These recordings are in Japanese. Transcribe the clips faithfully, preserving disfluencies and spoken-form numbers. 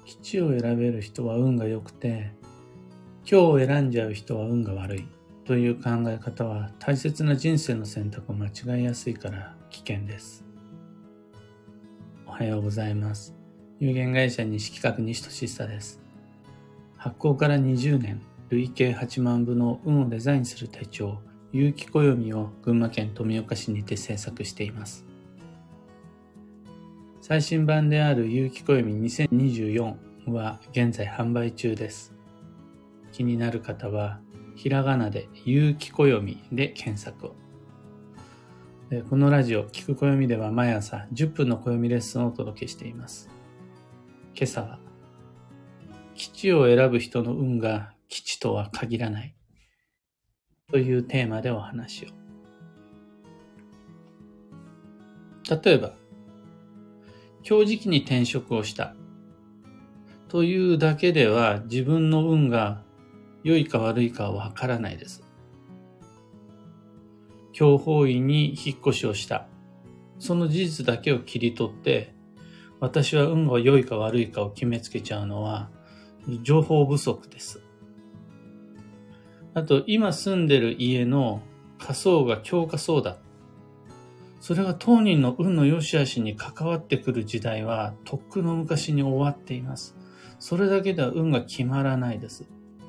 吉を選べる人は運が良くて、今日を選んじゃう人は運が悪いという考え方は大切な人生の選択を間違いやすいから危険です。おはようございます。有限会社西企画西俊久です。発行からにじゅうねん、累計はちまんぶの運をデザインする手帳、有機暦を群馬県富岡市にて制作しています。最新版である有機暦にせんにじゅうよんは現在販売中です。気になる方はひらがなで有機暦で検索を。このラジオ聞く暦では毎朝じゅっぷんの暦レッスンをお届けしています。今朝は吉を選ぶ人の運が吉とは限らないというテーマでお話を。例えば今日時期に転職をしたというだけでは自分の運が良いか悪いかはわからないです。今日方位に引っ越しをした。その事実だけを切り取って、私は運が良いか悪いかを決めつけちゃうのは情報不足です。あと、今住んでる家の家相が今日家相だ。それが当人の運の良し悪しに関わってくる時代はとっくの昔に終わっています。それだけでは運が決まらないです。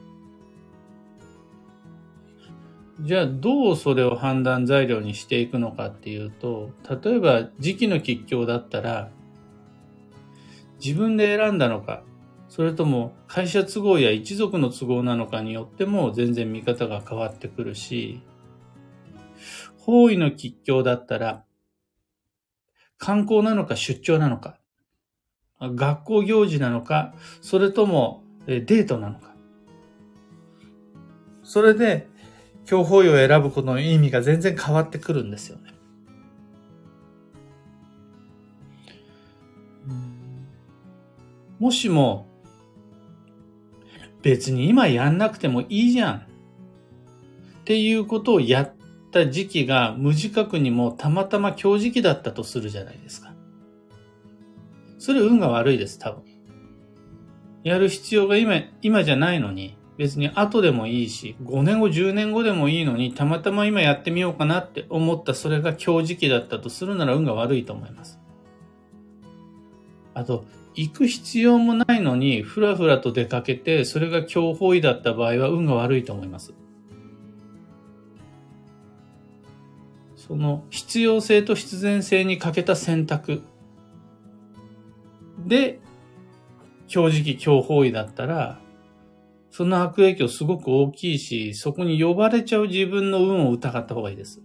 じゃあどうそれを判断材料にしていくのかっていうと、例えば時期の吉凶だったら自分で選んだのか、それとも会社都合や一族の都合なのかによっても全然見方が変わってくるし、方位の吉凶だったら観光なのか出張なのか、学校行事なのか、それともデートなのか。それで今日方位を選ぶことの意味が全然変わってくるんですよね。もしも別に今やんなくてもいいじゃんっていうことをやった時期が無自覚にもたまたま今日時期だったとするじゃないですか。それ運が悪いです、多分。やる必要が今、今じゃないのに、別に後でもいいし、ごねんご、じゅうねんごでもいいのに、たまたま今やってみようかなって思ったそれが今日時期だったとするなら運が悪いと思います。あと、行く必要もないのに、ふらふらと出かけて、それが今日方位だった場合は運が悪いと思います。その必要性と必然性に欠けた選択で、今日時期今日方位だったら、その悪影響すごく大きいし、そこに呼ばれちゃう自分の運を疑った方がいいです。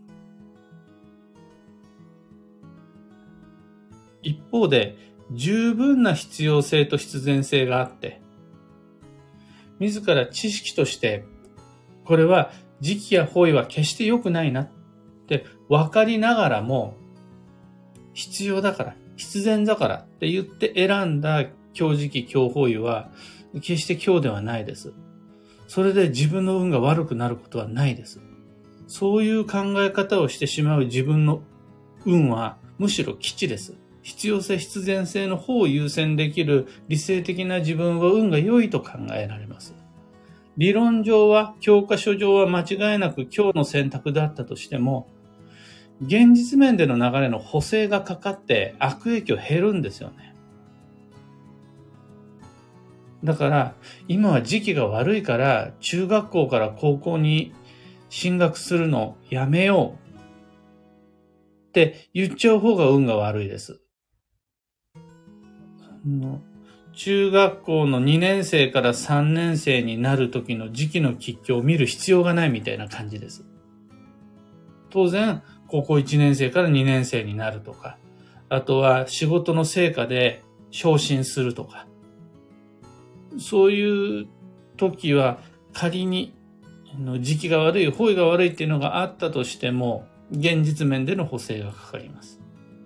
一方で、十分な必要性と必然性があって、自ら知識として、これは時期や方位は決して良くないなって分かりながらも、必要だから、必然だからって言って選んだ今日時期今日方位は、決して今日ではないです。それで自分の運が悪くなることはないです。そういう考え方をしてしまう自分の運はむしろ吉です。必要性必然性の方を優先できる理性的な自分は運が良いと考えられます。理論上は、教科書上は間違いなく今日の選択だったとしても、現実面での流れの補正がかかって悪影響減るんですよね。だから今は時期が悪いから中学校から高校に進学するのやめようって言っちゃう方が運が悪いです。中学校のにねん生からさんねん生になる時の時期の吉凶を見る必要がないみたいな感じです。当然高校いちねん生からにねん生になるとか、あとは仕事の成果で昇進するとか、そういう時は仮に時期が悪い、方位が悪いっていうのがあったとしても、現実面での補正がかかります。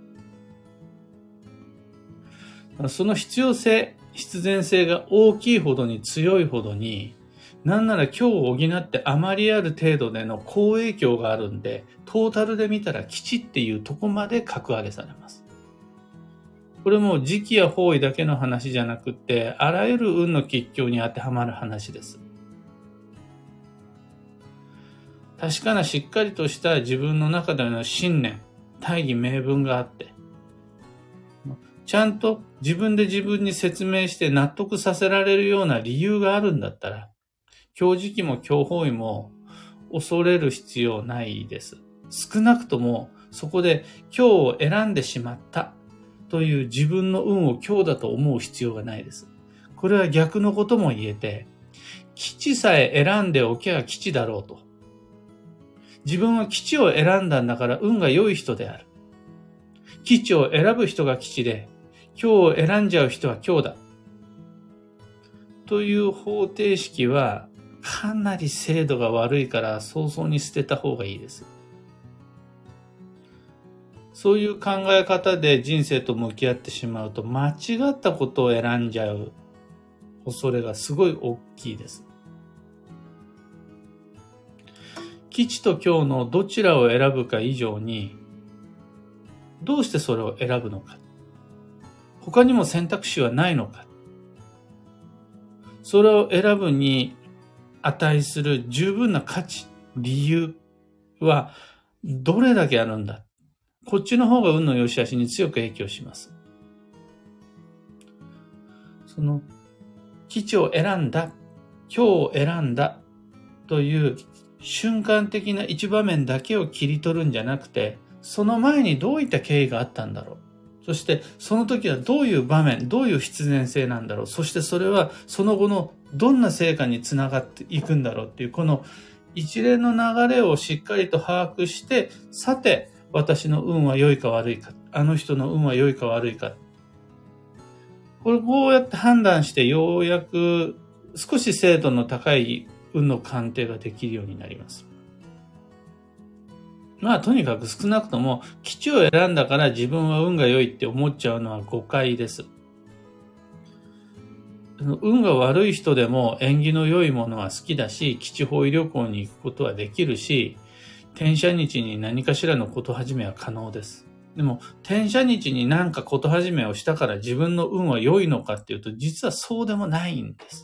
その必要性、必然性が大きいほどに強いほどに、なんなら今日を補ってあまりある程度での好影響があるんで、トータルで見たら吉っていうとこまで格上げされます。 これも時期や方位だけの話じゃなくって、あらゆる運の吉凶に当てはまる話です。確かなしっかりとした自分の中での信念、大義名分があって、ちゃんと自分で自分に説明して納得させられるような理由があるんだったら、凶時期も凶方位も恐れる必要ないです。少なくともそこで凶を選んでしまったという自分の運を凶だと思う必要がないです。これは逆のことも言えて、吉さえ選んでおけば吉だろうと。自分は吉を選んだんだから運が良い人である。吉を選ぶ人が吉で、凶を選んじゃう人は凶だ。という方程式はかなり精度が悪いから早々に捨てた方がいいです。そういう考え方で人生と向き合ってしまうと間違ったことを選んじゃう恐れがすごい大きいです。吉と凶のどちらを選ぶか以上に、どうしてそれを選ぶのか。他にも選択肢はないのか。それを選ぶに値する十分な価値、理由はどれだけあるんだ。こっちの方が運の良し悪しに強く影響します。その、吉を選んだ、凶を選んだという瞬間的な一場面だけを切り取るんじゃなくて、その前にどういった経緯があったんだろう。そしてその時はどういう場面、どういう必然性なんだろう。そしてそれはその後のどんな成果につながっていくんだろうっていう、この一連の流れをしっかりと把握して、さて私の運は良いか悪いか、あの人の運は良いか悪いか。これこうやって判断してようやく少し精度の高い運の鑑定ができるようになります。まあとにかく少なくとも吉を選んだから自分は運が良いって思っちゃうのは誤解です。運が悪い人でも縁起の良いものは好きだし、吉方位旅行に行くことはできるし、転写日に何かしらのこと始めは可能です。でも転写日に何かこと始めをしたから自分の運は良いのかっていうと、実はそうでもないんです。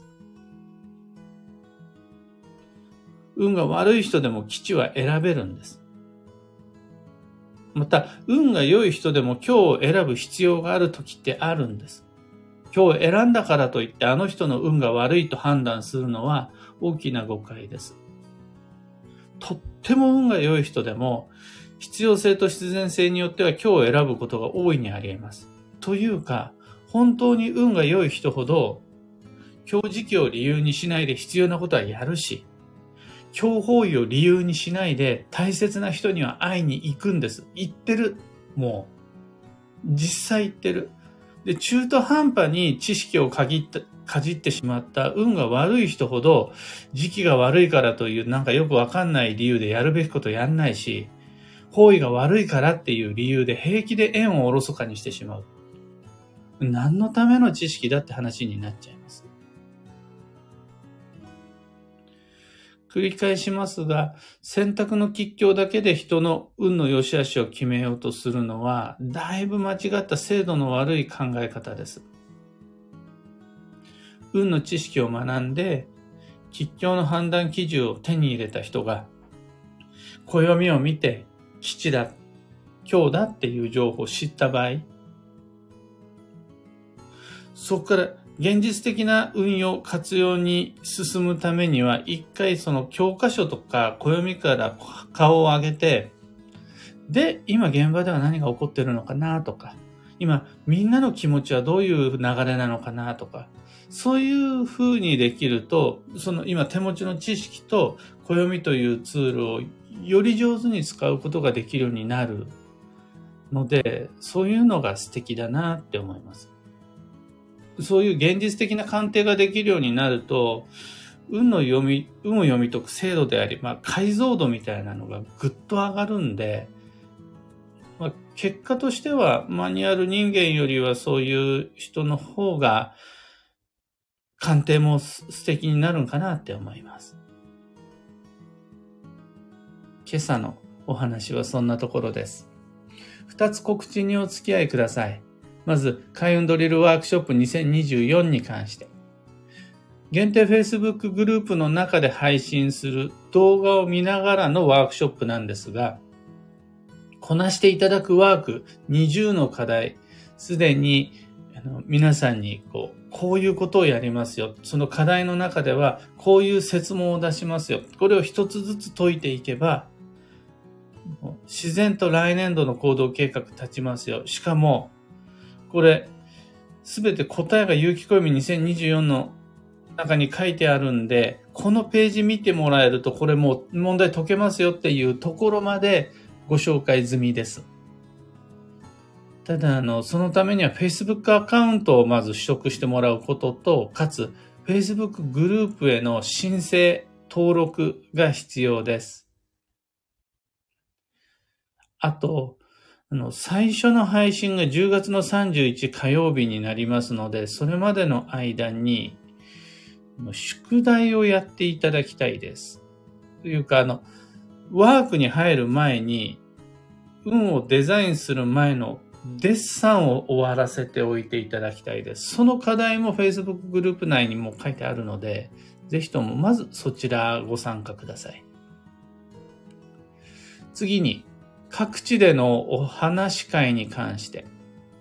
運が悪い人でも吉は選べるんです。また、運が良い人でも今日を選ぶ必要がある時ってあるんです。今日選んだからといってあの人の運が悪いと判断するのは大きな誤解です。とっても運が良い人でも必要性と必然性によっては今日を選ぶことが大いにあり得ます。というか、本当に運が良い人ほど今日時期を理由にしないで必要なことはやるし、強方位を理由にしないで大切な人には会いに行くんです。行ってる。もう。実際行ってる。で、中途半端に知識をかぎった、かじってしまった運が悪い人ほど、時期が悪いからというなんかよくわかんない理由でやるべきことやんないし、方位が悪いからっていう理由で平気で縁をおろそかにしてしまう。何のための知識だって話になっちゃいます。繰り返しますが、選択の吉凶だけで人の運の良し悪しを決めようとするのは、だいぶ間違った精度の悪い考え方です。運の知識を学んで、吉凶の判断基準を手に入れた人が、暦を見て、吉だ、凶だっていう情報を知った場合、そこから現実的な運用、活用に進むためには、一回その教科書とか暦から顔を上げて、で、今現場では何が起こってるのかなとか、今みんなの気持ちはどういう流れなのかなとか、そういう風にできると、その今手持ちの知識と暦というツールをより上手に使うことができるようになるので、そういうのが素敵だなって思います。そういう現実的な鑑定ができるようになると、運の読み、運を読み解く精度であり、まあ解像度みたいなのがぐっと上がるんで、まあ、結果としてはマニュアル人間よりはそういう人の方が鑑定も素敵になるんかなって思います。今朝のお話はそんなところです。二つ告知にお付き合いください。 まず、開運ドリルワークショップにせんにじゅうよんに関して。限定 Facebook グループの中で配信する動画を見ながらのワークショップなんですが、こなしていただくワークにじゅうの課題、すでにあの皆さんにこう、こういうことをやりますよ。その課題の中ではこういう設問を出しますよ。これを一つずつ解いていけば、自然と来年度の行動計画立ちますよ。しかも、これ、すべて答えが有機暦にせんにじゅうよんの中に書いてあるんで、このページ見てもらえるとこれもう問題解けますよっていうところまでご紹介済みです。ただ、あの、そのためには Facebook アカウントをまず取得してもらうことと、かつ Facebook グループへの申請、登録が必要です。あと、あの、最初の配信がじゅうがつのさんじゅういち火曜日になりますので、それまでの間に、宿題をやっていただきたいです。というか、あの、ワークに入る前に、運をデザインする前のデッサンを終わらせておいていただきたいです。その課題も Facebook グループ内にも書いてあるので、ぜひともまずそちらご参加ください。次に、各地でのお話し会に関して。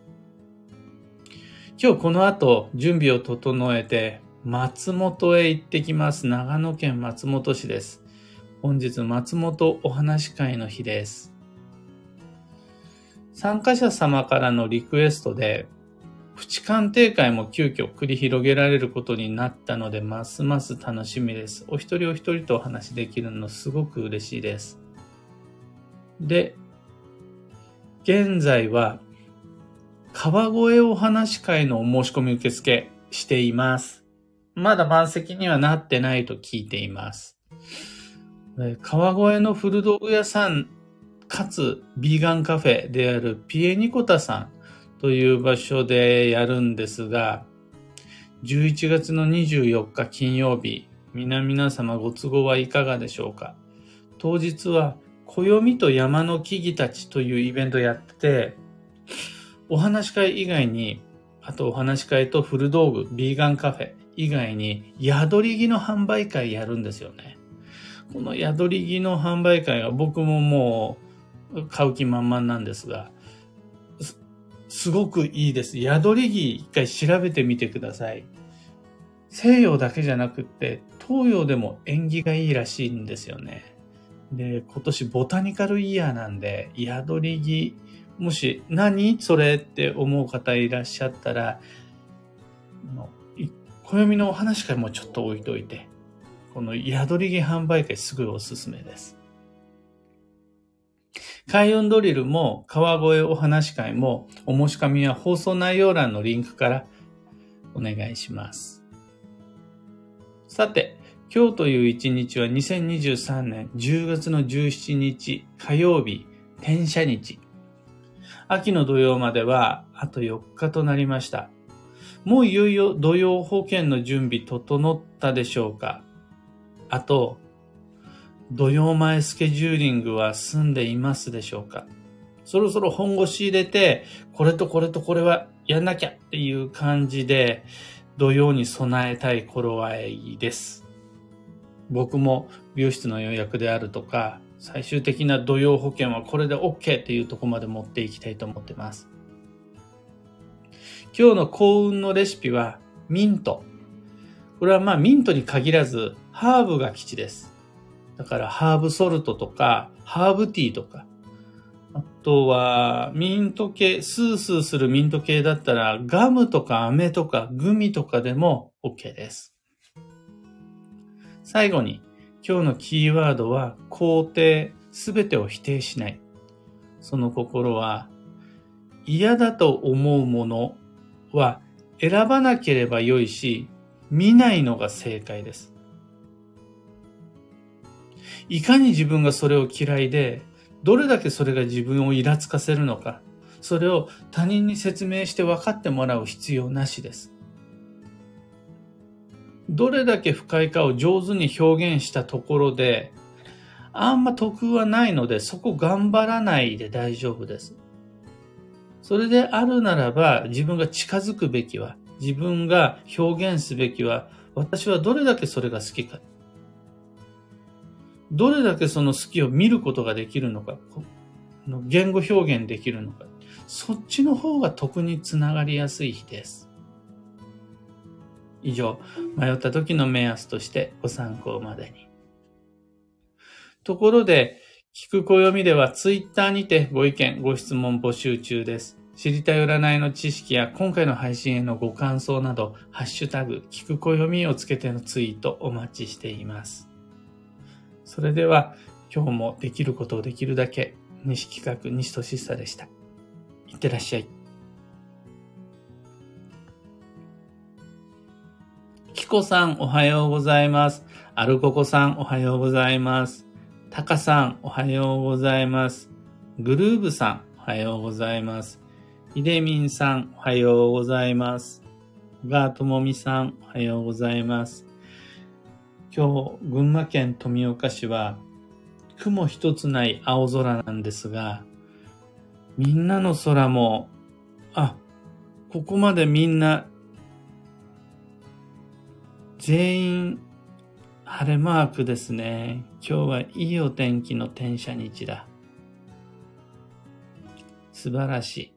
今日この後準備を整えて松本へ行ってきます。長野県松本市です。本日松本お話し会の日です。参加者様からのリクエストでプチ鑑定会も急遽繰り広げられることになったので、ますます楽しみです。お一人お一人とお話できるのすごく嬉しいです。で、現在は川越お話し会のお申し込み受付しています。まだ満席にはなってないと聞いています。川越の古道具屋さんかつビーガンカフェであるピエニコタさんという場所でやるんですが、じゅういちがつのにじゅうよっか金曜日、皆々様ご都合はいかがでしょうか。当日は暦と山の木々たちというイベントやってて、お話し会以外に、あとお話し会と古道具、ビーガンカフェ以外に宿り木の販売会やるんですよね。この宿り木の販売会は僕ももう買う気満々なんですが、す、すごくいいです。宿り木一回調べてみてください。西洋だけじゃなくって東洋でも縁起がいいらしいんですよね。で、今年ボタニカルイヤーなんで、宿り木、もし何それって思う方いらっしゃったら、暦のお話会もちょっと置いといて、この宿り木販売会すぐおすすめです。開運ドリルも川越お話会もお申し込みは放送内容欄のリンクからお願いします。さて、今日という一日はにせんにじゅうさんねんじゅうがつのじゅうしちにち火曜日、天赦日。秋の土曜まではあとよっかとなりました。もういよいよ土曜保険の準備整ったでしょうか。あと、土曜前スケジューリングは済んでいますでしょうか。そろそろ本腰入れて、これとこれとこれはやんなきゃっていう感じで、土曜に備えたい頃合いです。僕も美容室の予約であるとか、最終的な土曜保険はこれで OK っていうところまで持っていきたいと思ってます。今日の幸運のレシピはミント。これはまあミントに限らずハーブが基地です。だからハーブソルトとかハーブティーとか、あとはミント系、スースーするミント系だったらガムとか飴とかグミとかでも OK です。最後に今日のキーワードは肯定、すべてを否定しない。その心は嫌だと思うものは選ばなければよいし、見ないのが正解です。いかに自分がそれを嫌いで、どれだけそれが自分をイラつかせるのか、それを他人に説明して分かってもらう必要なしです。どれだけ不快かを上手に表現したところで、あんま得はないので、そこ頑張らないで大丈夫です。 それであるならば、自分が近づくべきは、自分が表現すべきは、私はどれだけそれが好きか。どれだけその好きを見ることができるのか。言語表現できるのか。そっちの方が得につながりやすい日です。以上、迷った時の目安としてご参考までに。ところで、聞く暦ではツイッターにてご意見、ご質問募集中です。知りたい占いの知識や今回の配信へのご感想など、ハッシュタグ、聞く暦をつけてのツイートお待ちしています。それでは、今日もできることをできるだけ、西企画西俊久でした。いってらっしゃい。きこさんおはようございます。アルココさんおはようございます。タカさんおはようございます。グルーブさんおはようございます。ひでみんさんおはようございます。ガーともみさんおはようございます。今日群馬県富岡市は雲一つない青空なんですが、みんなの空も、あ、ここまでみんな全員晴れマークですね。今日はいいお天気の天赦日だ。素晴らしい。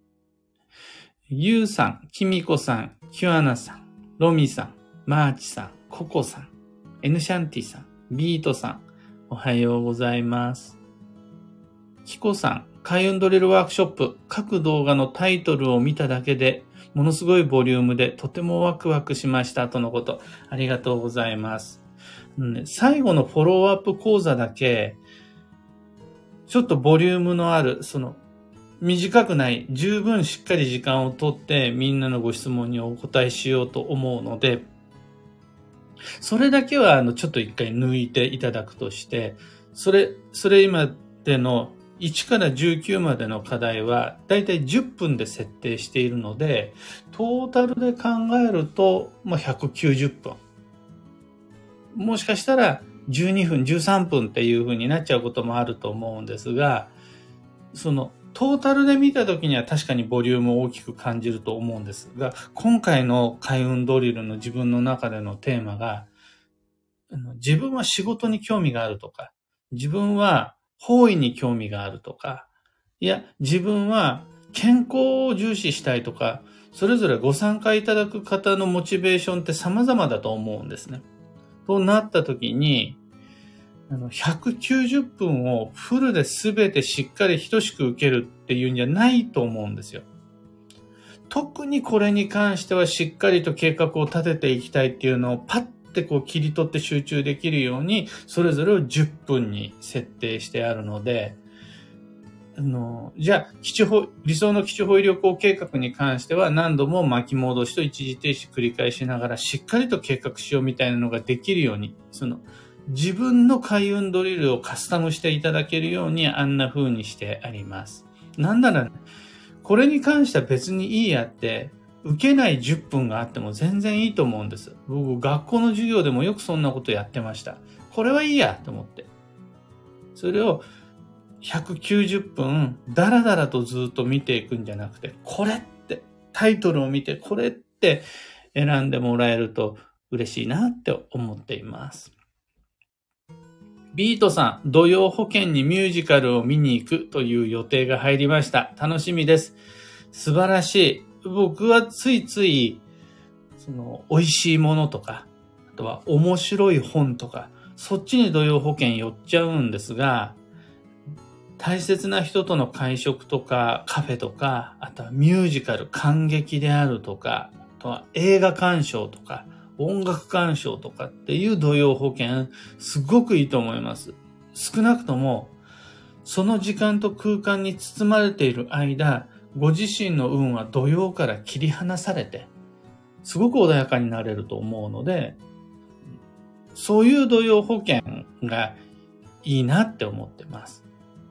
ゆうさん、きみこさん、キュアナさん、ロミさん、マーチさん、ココさん、エヌシャンティさん、ビートさん、おはようございます。キコさん、開運ドリルワークショップ、各動画のタイトルを見ただけで、ものすごいボリュームでとてもワクワクしましたとのこと。ありがとうございます。最後のフォローアップ講座だけ、ちょっとボリュームのある、その、短くない、十分しっかり時間をとってみんなのご質問にお答えしようと思うので、それだけはあのちょっと一回抜いていただくとして、それ、それ今でのいちからじゅうきゅうまでの課題はだいたいじゅっぷんで設定しているので、トータルで考えると、まあ、ひゃくきゅうじゅっぷん。もしかしたらじゅうにふん、じゅうさんぷんっていう風になっちゃうこともあると思うんですが、そのトータルで見たときには確かにボリュームを大きく感じると思うんですが、今回の開運ドリルの自分の中でのテーマが、自分は仕事に興味があるとか、自分は方位に興味があるとか、いや、自分は健康を重視したいとか、それぞれご参加いただく方のモチベーションって様々だと思うんですね。となったときに、ひゃくきゅうじゅっぷんをフルで全てしっかり等しく受けるっていうんじゃないと思うんですよ。特にこれに関してはしっかりと計画を立てていきたいっていうのをパッてこう切り取って集中できるように、それぞれをじゅっぷんに設定してあるので、あの、じゃあ、基地保、理想の基地保医旅行計画に関しては何度も巻き戻しと一時停止繰り返しながらしっかりと計画しようみたいなのができるように、その、自分の開運ドリルをカスタムしていただけるようにあんな風にしてあります。なんなら、ね、これに関しては別にいいやって、受けないじゅっぷんがあっても全然いいと思うんです。僕、学校の授業でもよくそんなことやってました。これはいいやと思って。それをひゃくきゅうじゅっぷんダラダラとずっと見ていくんじゃなくて、これってタイトルを見てこれって選んでもらえると嬉しいなって思っています。ビートさん、土曜保険にミュージカルを見に行くという予定が入りました。楽しみです。素晴らしい。僕はついつい、その、美味しいものとか、あとは面白い本とか、そっちに土曜保険寄っちゃうんですが、大切な人との会食とか、カフェとか、あとはミュージカル、観劇であるとか、あとは映画鑑賞とか、音楽鑑賞とかっていう土曜保険、すごくいいと思います。少なくとも、その時間と空間に包まれている間、ご自身の運は土曜から切り離されて、すごく穏やかになれると思うので、そういう土曜保険がいいなって思ってます。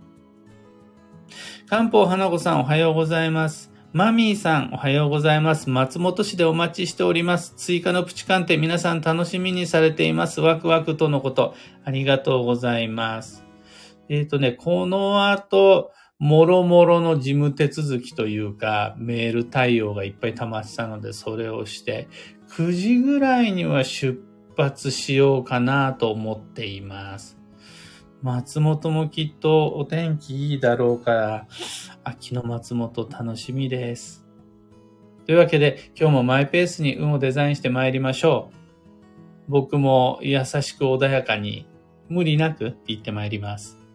漢方花子さんおはようございます。マミーさんおはようございます。松本市でお待ちしております。追加のプチ鑑定皆さん楽しみにされています。ワクワクとのこと。ありがとうございます。えっとね、この後、 もろもろの事務手続きというか、メール対応がいっぱい溜まってたので、それをして、くじぐらいには出発しようかなと思っています。松本もきっとお天気いいだろうから、秋の松本楽しみです。というわけで、今日もマイペースに運をデザインして参りましょう。僕も優しく穏やかに、無理なく行って参ります。